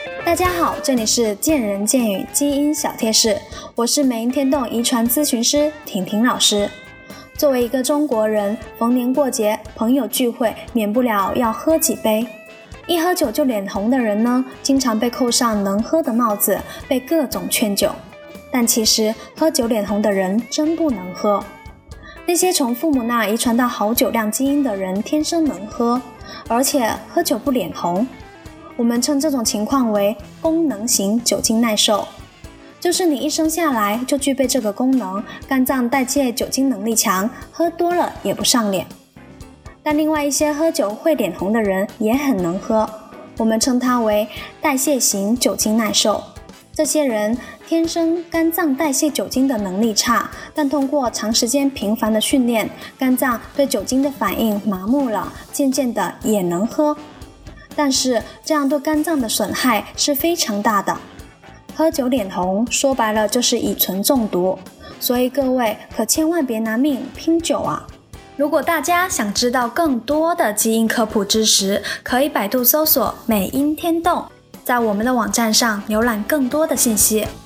大家好，这里是见人见语基因小贴士，我是美音天动遗传咨询师婷婷老师。作为一个中国人，逢年过节、朋友聚会，免不了要喝几杯。一喝酒就脸红的人呢，经常被扣上能喝的帽子，被各种劝酒。但其实喝酒脸红的人真不能喝。那些从父母那遗传到好酒量基因的人天生能喝，而且喝酒不脸红。我们称这种情况为功能型酒精耐受，就是你一生下来就具备这个功能，肝脏代谢酒精能力强，喝多了也不上脸。但另外一些喝酒会脸红的人也很能喝，我们称它为代谢型酒精耐受。这些人天生肝脏代谢酒精的能力差，但通过长时间频繁的训练，肝脏对酒精的反应麻木了，渐渐的也能喝。但是这样对肝脏的损害是非常大的。喝酒脸红，说白了就是乙醇中毒，所以各位可千万别拿命拼酒啊！如果大家想知道更多的基因科普知识，可以百度搜索美音天动，在我们的网站上浏览更多的信息。